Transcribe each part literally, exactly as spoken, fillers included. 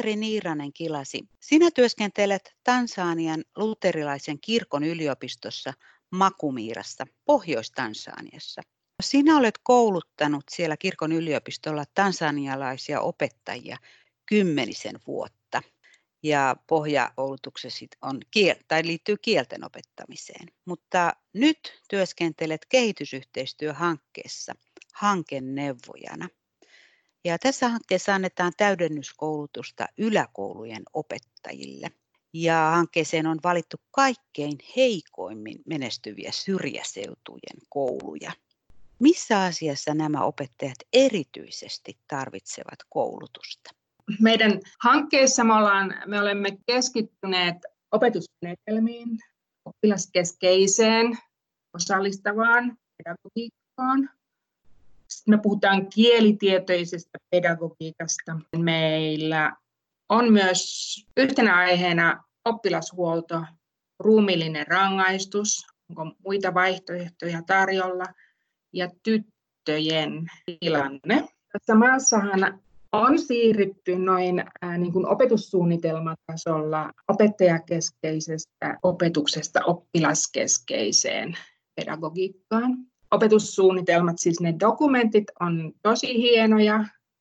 Petteri Niiranen Kilasi, sinä työskentelet Tansanian luterilaisen kirkon yliopistossa Makumirassa, Pohjois-Tansaniassa. Sinä olet kouluttanut siellä kirkon yliopistolla tansanialaisia opettajia kymmenisen vuotta. Ja pohjakoulutuksesi on kiel- tai liittyy kielten opettamiseen. Mutta nyt työskentelet kehitysyhteistyöhankkeessa hankeneuvojana. Ja tässä hankkeessa annetaan täydennyskoulutusta yläkoulujen opettajille. Ja hankkeeseen on valittu kaikkein heikoimmin menestyviä syrjäseutujen kouluja. Missä asiassa nämä opettajat erityisesti tarvitsevat koulutusta? Meidän hankkeessa me, ollaan, me olemme keskittyneet opetusmenetelmiin, oppilaskeskeiseen, osallistavaan pedagogiikkaan. Sitten me puhutaan kielitietoisesta pedagogiikasta. Meillä on myös yhtenä aiheena oppilashuolto, ruumiillinen rangaistus, onko muita vaihtoehtoja tarjolla, ja tyttöjen tilanne. Tässä maassahan on siirrytty noin ää, niin kuin opetussuunnitelmatasolla opettajakeskeisestä opetuksesta oppilaskeskeiseen pedagogiikkaan. Opetussuunnitelmat, siis ne dokumentit, on tosi hienoja,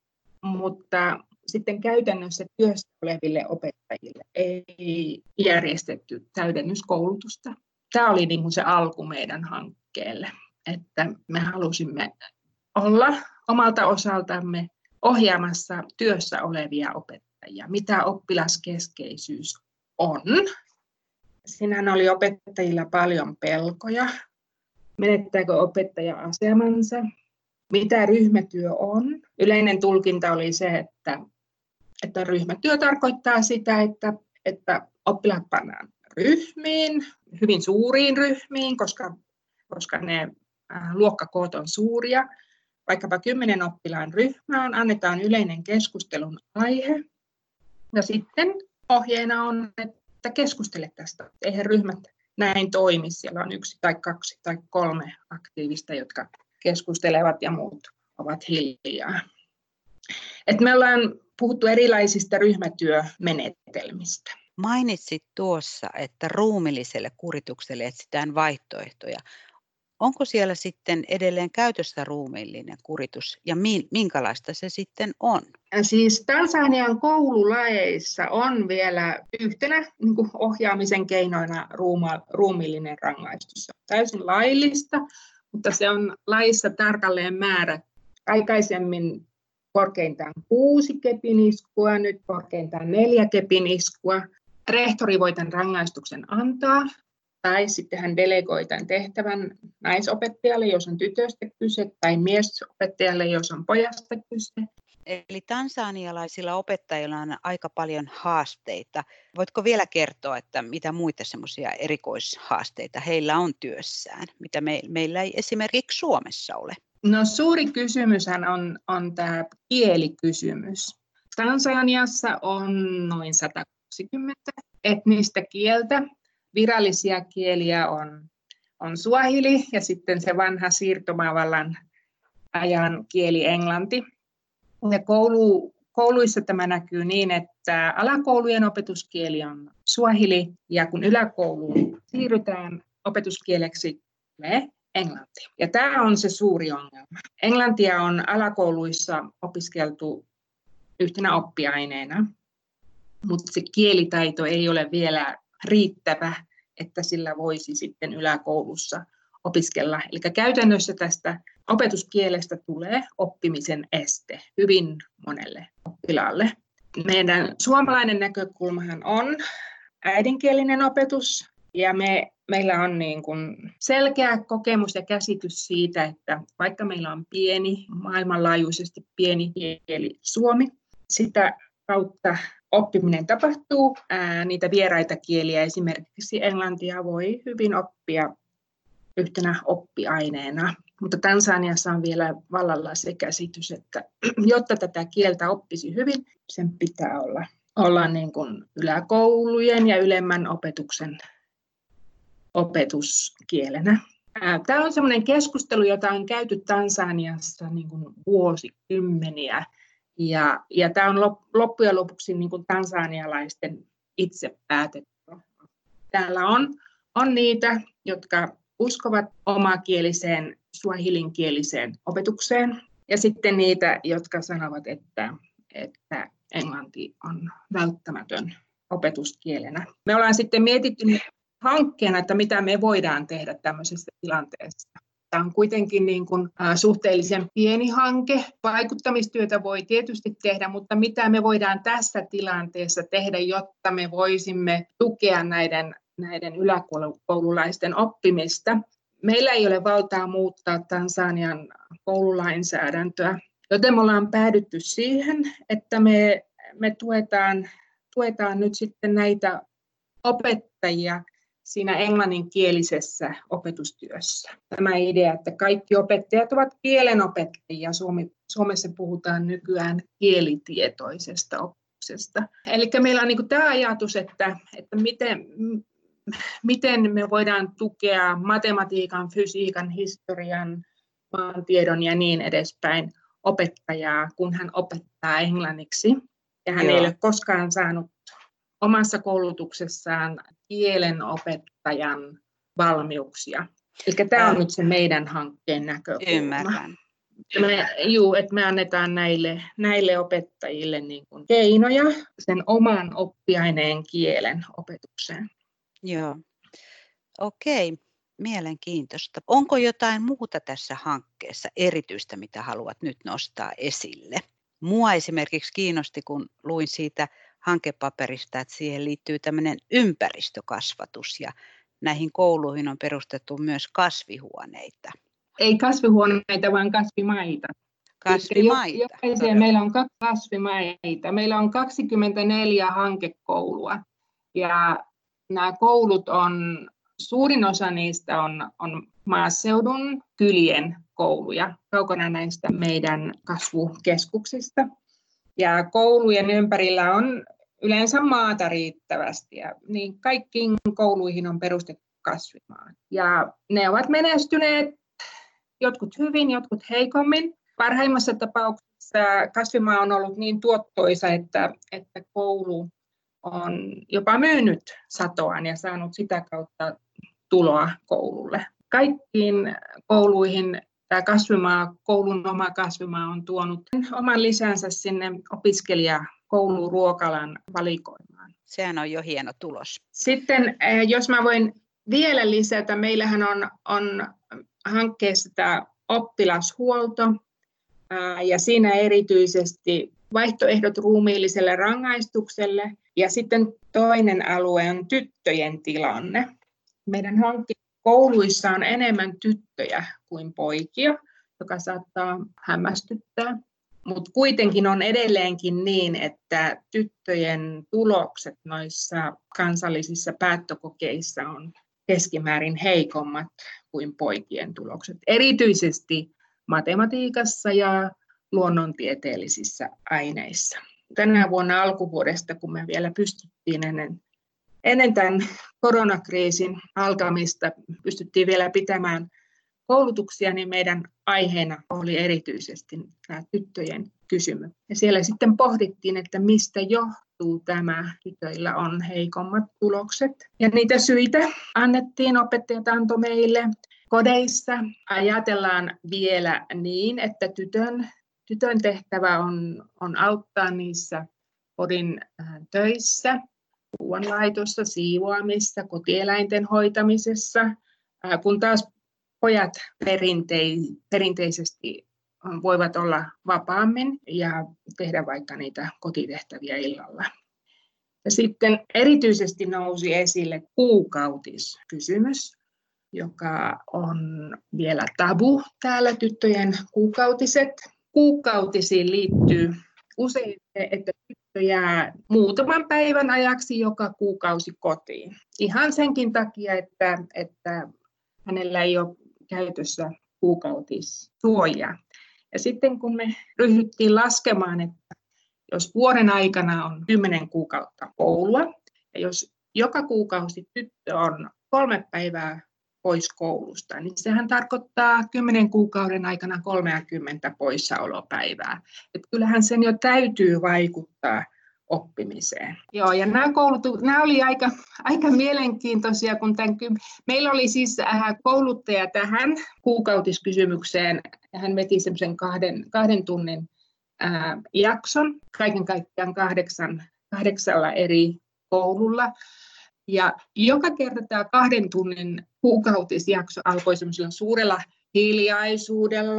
mutta sitten käytännössä työssä oleville opettajille ei järjestetty täydennyskoulutusta. Tämä oli niin kuin se alku meidän hankkeelle, että me halusimme olla omalta osaltamme ohjaamassa työssä olevia opettajia, mitä oppilaskeskeisyys on. Siinähän oli opettajilla paljon pelkoja. Menettääkö opettaja asemansa? Mitä ryhmätyö on? Yleinen tulkinta oli se, että, että ryhmätyö tarkoittaa sitä, että, että oppilaat pannaan ryhmiin, hyvin suuriin ryhmiin, koska, koska ne luokkakoot on suuria. Vaikkapa kymmenen oppilaan ryhmään annetaan yleinen keskustelun aihe ja sitten ohjeena on, että keskustele tästä. Eihän ryhmät näin toimi. Siellä on yksi tai kaksi tai kolme aktiivista, jotka keskustelevat ja muut ovat hiljaa. Et me ollaan puhuttu erilaisista ryhmätyömenetelmistä. Mainitsit tuossa, että ruumilliselle kuritukselle etsitään vaihtoehtoja. Onko siellä sitten edelleen käytössä ruumiillinen kuritus ja minkälaista se sitten on? Siis Tansanian koululaeissa on vielä yhtenä niin kuin ohjaamisen keinoina ruuma, ruumiillinen rangaistus. Se on täysin laillista, mutta se on laissa tarkalleen määrä. Aikaisemmin korkeintaan kuusi kepiniskua, nyt korkeintaan neljä kepiniskua. Rehtori voi tämän rangaistuksen antaa. Tai sitten hän delegoi tämän tehtävän naisopettajalle, jos on tytöstä kyse, tai miesopettajalle, jos on pojasta kyse. Eli tansanialaisilla opettajilla on aika paljon haasteita. Voitko vielä kertoa, että mitä muita semmoisia erikoishaasteita heillä on työssään, mitä me, meillä ei esimerkiksi Suomessa ole? No suuri kysymyshän on, on tämä kielikysymys. Tansaniassa on noin sata kaksikymmentä etnistä kieltä. Virallisia kieliä on, on suahili ja sitten se vanha siirtomaavallan ajan kieli englanti. Ja koulu, kouluissa tämä näkyy niin, että alakoulujen opetuskieli on suahili ja kun yläkouluun siirrytään opetuskieleksi tulee englanti. Ja tämä on se suuri ongelma. Englantia on alakouluissa opiskeltu yhtenä oppiaineena, mutta se kielitaito ei ole vielä riittävä, että sillä voisi sitten yläkoulussa opiskella. Eli käytännössä tästä opetuskielestä tulee oppimisen este hyvin monelle oppilaalle. Meidän suomalainen näkökulmahan on äidinkielinen opetus, ja me, meillä on niin kuin selkeä kokemus ja käsitys siitä, että vaikka meillä on pieni, maailmanlaajuisesti pieni kieli suomi, sitä kautta oppiminen tapahtuu. Ää, niitä vieraita kieliä, esimerkiksi englantia, voi hyvin oppia yhtenä oppiaineena. Mutta Tansaniassa on vielä vallalla se käsitys, että jotta tätä kieltä oppisi hyvin, sen pitää olla, olla niin kuin yläkoulujen ja ylemmän opetuksen opetuskielenä. Ää, tämä on sellainen keskustelu, jota on käyty Tansaniassa niin kuin vuosikymmeniä. Ja, ja tämä on loppujen lopuksi niin kuin tansanialaisten itse päätetty. Täällä on, on niitä, jotka uskovat omakieliseen, suahilinkieliseen opetukseen, ja sitten niitä, jotka sanovat, että, että englanti on välttämätön opetuskielenä. Me ollaan sitten mietitty hankkeena, että mitä me voidaan tehdä tämmöisessä tilanteessa. Tämä on kuitenkin niin kuin suhteellisen pieni hanke. Vaikuttamistyötä voi tietysti tehdä, mutta mitä me voidaan tässä tilanteessa tehdä, jotta me voisimme tukea näiden, näiden yläkoululaisten oppimista. Meillä ei ole valtaa muuttaa Tansanian koululainsäädäntöä, joten me ollaan päädytty siihen, että me, me tuetaan, tuetaan nyt sitten näitä opettajia siinä englanninkielisessä opetustyössä. Tämä idea, että kaikki opettajat ovat kielenopettajia. Suomi, Suomessa puhutaan nykyään kielitietoisesta opetuksesta. Eli meillä on niin kuin tämä ajatus, että, että miten, miten me voidaan tukea matematiikan, fysiikan, historian, maantiedon ja niin edespäin opettajaa, kun hän opettaa englanniksi. Ja hän Joo. ei ole koskaan saanut omassa koulutuksessaan kielenopettajan valmiuksia. Eli tämä on nyt se meidän hankkeen näkökulma. Ymmärrän. Me, juu, että me annetaan näille, näille opettajille niin kuin keinoja sen oman oppiaineen kielen opetukseen. Joo, okei. Mielenkiintoista. Onko jotain muuta tässä hankkeessa erityistä, mitä haluat nyt nostaa esille? Mua esimerkiksi kiinnosti, kun luin siitä hankepaperista, että siihen liittyy tämmöinen ympäristökasvatus ja näihin kouluihin on perustettu myös kasvihuoneita. Ei kasvihuoneita, vaan kasvimaita. Kasvimaita. Jokaiseen meillä on kaksi kasvimaita. Meillä on kaksikymmentäneljä hankekoulua ja nämä koulut on, suurin osa niistä on, on maaseudun kylien kouluja, kaukana näistä meidän kasvukeskuksista. Ja koulujen ympärillä on yleensä maata riittävästi ja niin kaikkiin kouluihin on perustettu kasvimaat. Ja ne ovat menestyneet jotkut hyvin, jotkut heikommin. Parhaimmassa tapauksessa kasvimaa on ollut niin tuottoisa, että, että koulu on jopa myynyt satoaan ja saanut sitä kautta tuloa koululle. Kaikkiin kouluihin tämä kasvimaa, koulun oma kasvimaa on tuonut oman lisänsä sinne opiskelijakouluruokalan valikoimaan. Sehän on jo hieno tulos. Sitten jos mä voin vielä lisätä, meillähän on, on hankkeessa tämä oppilashuolto ja siinä erityisesti vaihtoehdot ruumiilliselle rangaistukselle ja sitten toinen alue on tyttöjen tilanne. Meidän hankekouluissa on enemmän tyttöjä kuin poikia, joka saattaa hämmästyttää. Mutta kuitenkin on edelleenkin niin, että tyttöjen tulokset noissa kansallisissa päättökokeissa on keskimäärin heikommat kuin poikien tulokset. Erityisesti matematiikassa ja luonnontieteellisissä aineissa. Tänä vuonna alkuvuodesta, kun me vielä pystyttiin ennen, ennen tämän koronakriisin alkamista, pystyttiin vielä pitämään koulutuksia, niin meidän aiheena oli erityisesti tämä tyttöjen kysymys. Ja siellä sitten pohdittiin, että mistä johtuu tämä, tytöillä on heikommat tulokset. Ja niitä syitä annettiin, opettajat antoi meille. Kodeissa ajatellaan vielä niin, että tytön, tytön tehtävä on, on auttaa niissä kodin töissä, ruoanlaitossa, siivoamissa, kotieläinten hoitamisessa, kun taas pojat perintei- perinteisesti voivat olla vapaammin ja tehdä vaikka niitä kotitehtäviä illalla. Ja sitten erityisesti nousi esille kuukautiskysymys, joka on vielä tabu täällä, tyttöjen kuukautiset. Kuukautisiin liittyy usein se, että tyttö jää muutaman päivän ajaksi joka kuukausi kotiin. Ihan senkin takia, että, että hänellä ei ole käytössä kuukautissuojaa. Ja sitten kun me ryhdyttiin laskemaan, että jos vuoden aikana on kymmenen kuukautta koulua, ja jos joka kuukausi tyttö on kolme päivää pois koulusta, niin sehän tarkoittaa kymmenen kuukauden aikana kolmekymmentä poissaolopäivää. Et kyllähän sen jo täytyy vaikuttaa oppimiseen. Joo, ja nämä, koulutu- nämä oli aika, aika mielenkiintoisia, kun tämän, meillä oli siis äh, kouluttaja tähän kuukautiskysymykseen, ja hän veti semmoisen kahden, kahden tunnin äh, jakson, kaiken kaikkiaan kahdeksan, kahdeksalla eri koululla. Ja joka kerta tämä kahden tunnin kuukautisjakso alkoi semmoisella suurella hiljaisuudella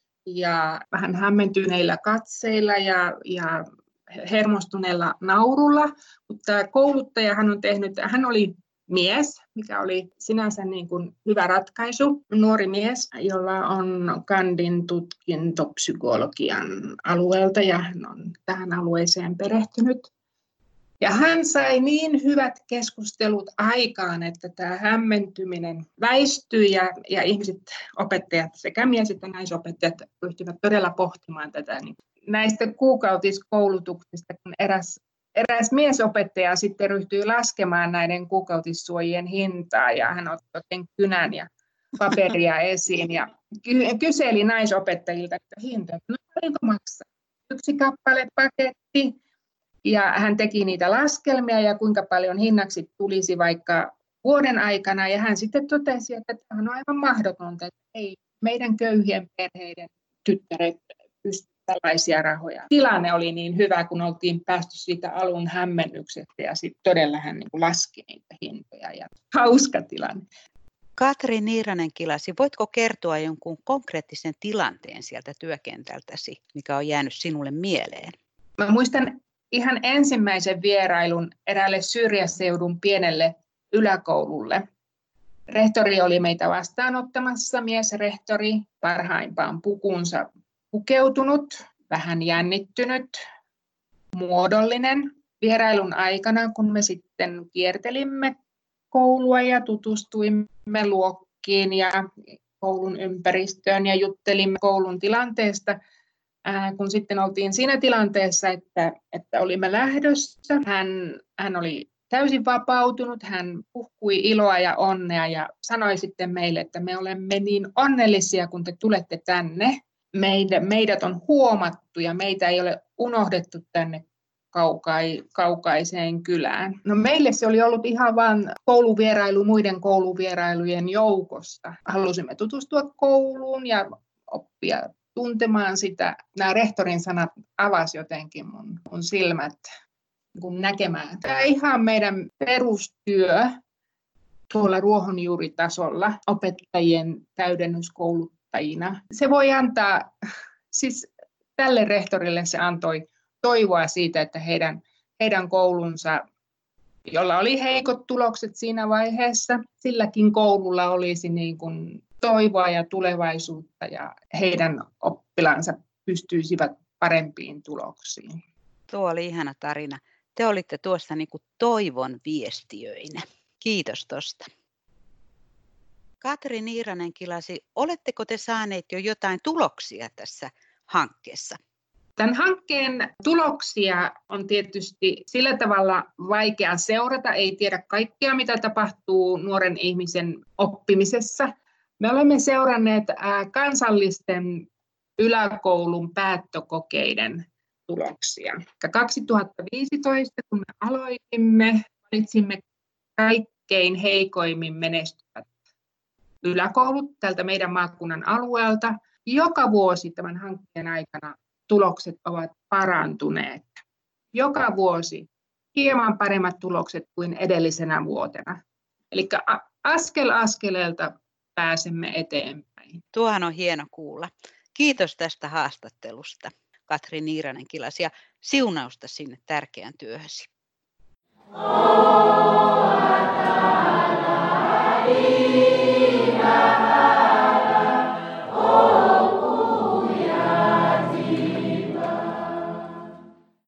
ja vähän hämmentyneillä katseilla ja, ja hermostuneella naurulla. Mutta tämä kouluttaja hän on tehnyt, hän oli mies, mikä oli sinänsä niin kuin hyvä ratkaisu, nuori mies, jolla on kandin tutkinto psykologian alueelta ja hän on tähän alueeseen perehtynyt. Ja hän sai niin hyvät keskustelut aikaan, että tämä hämmentyminen väistyi ja, ja ihmiset, opettajat, sekä mies- että naisopettajat ryhtyivät todella pohtimaan tätä. Niin näistä kuukautiskoulutuksista, kun eräs, eräs miesopettaja sitten ryhtyi laskemaan näiden kuukautissuojien hintaa ja hän otti kynän ja paperia esiin ja ky- kyseli naisopettajilta, että hinta, no paljonko maksaa? Yksi kappale paketti. Ja hän teki niitä laskelmia ja kuinka paljon hinnaksi tulisi vaikka vuoden aikana. Ja hän sitten totesi, että tämä on aivan mahdotonta, että ei meidän köyhien perheiden tyttäret pysty tällaisia rahoja. Tilanne oli niin hyvä, kun oltiin päästy siitä alun hämmennyksestä ja sitten todella hän niin kuin laski niitä hintoja. Ja hauska tilanne. Katri Niiranen-Kilasi, voitko kertoa jonkun konkreettisen tilanteen sieltä työkentältäsi, mikä on jäänyt sinulle mieleen? Mä muistan ihan ensimmäisen vierailun eräälle syrjäseudun pienelle yläkoululle. Rehtori oli meitä vastaanottamassa, miesrehtori, parhaimpaan pukunsa pukeutunut, vähän jännittynyt, muodollinen. Vierailun aikana, kun me sitten kiertelimme koulua ja tutustuimme luokkiin ja koulun ympäristöön ja juttelimme koulun tilanteesta, kun sitten oltiin siinä tilanteessa, että, että olimme lähdössä, hän, hän oli täysin vapautunut, hän puhui iloa ja onnea ja sanoi sitten meille, että me olemme niin onnellisia, kun te tulette tänne. Meidät, meidät on huomattu ja meitä ei ole unohdettu tänne kaukai, kaukaiseen kylään. No meille se oli ollut ihan vain kouluvierailu muiden kouluvierailujen joukosta. Halusimme tutustua kouluun ja oppia tuntemaan sitä. Nämä rehtorin sanat avasi jotenkin mun, mun silmät niin näkemään. Tämä ihan meidän perustyö tuolla ruohonjuuritasolla opettajien täydennyskouluttajina. Se voi antaa, siis tälle rehtorille se antoi toivoa siitä, että heidän, heidän koulunsa, jolla oli heikot tulokset siinä vaiheessa, silläkin koululla olisi niin kuin toivoa ja tulevaisuutta ja heidän oppilaansa pystyisivät parempiin tuloksiin. Tuo oli ihana tarina. Te olitte tuossa niin kuin toivon viestiöinä. Kiitos tuosta. Katri Niiranen-Kilasi, oletteko te saaneet jo jotain tuloksia tässä hankkeessa? Tämän hankkeen tuloksia on tietysti sillä tavalla vaikea seurata, ei tiedä kaikkea, mitä tapahtuu nuoren ihmisen oppimisessa. Me olemme seuranneet kansallisten yläkoulun päättökokeiden tuloksia. kaksituhattaviisitoista, kun me aloitimme, valitsimme kaikkein heikoimmin menestyvät yläkoulut tältä meidän maakunnan alueelta. Joka vuosi tämän hankkeen aikana tulokset ovat parantuneet. Joka vuosi hieman paremmat tulokset kuin edellisenä vuotena. Eli askel askeleelta pääsemme eteenpäin. Tuohan on hieno kuulla. Kiitos tästä haastattelusta, Katri Niiranen-Kilasi, ja siunausta sinne tärkeään työhösi.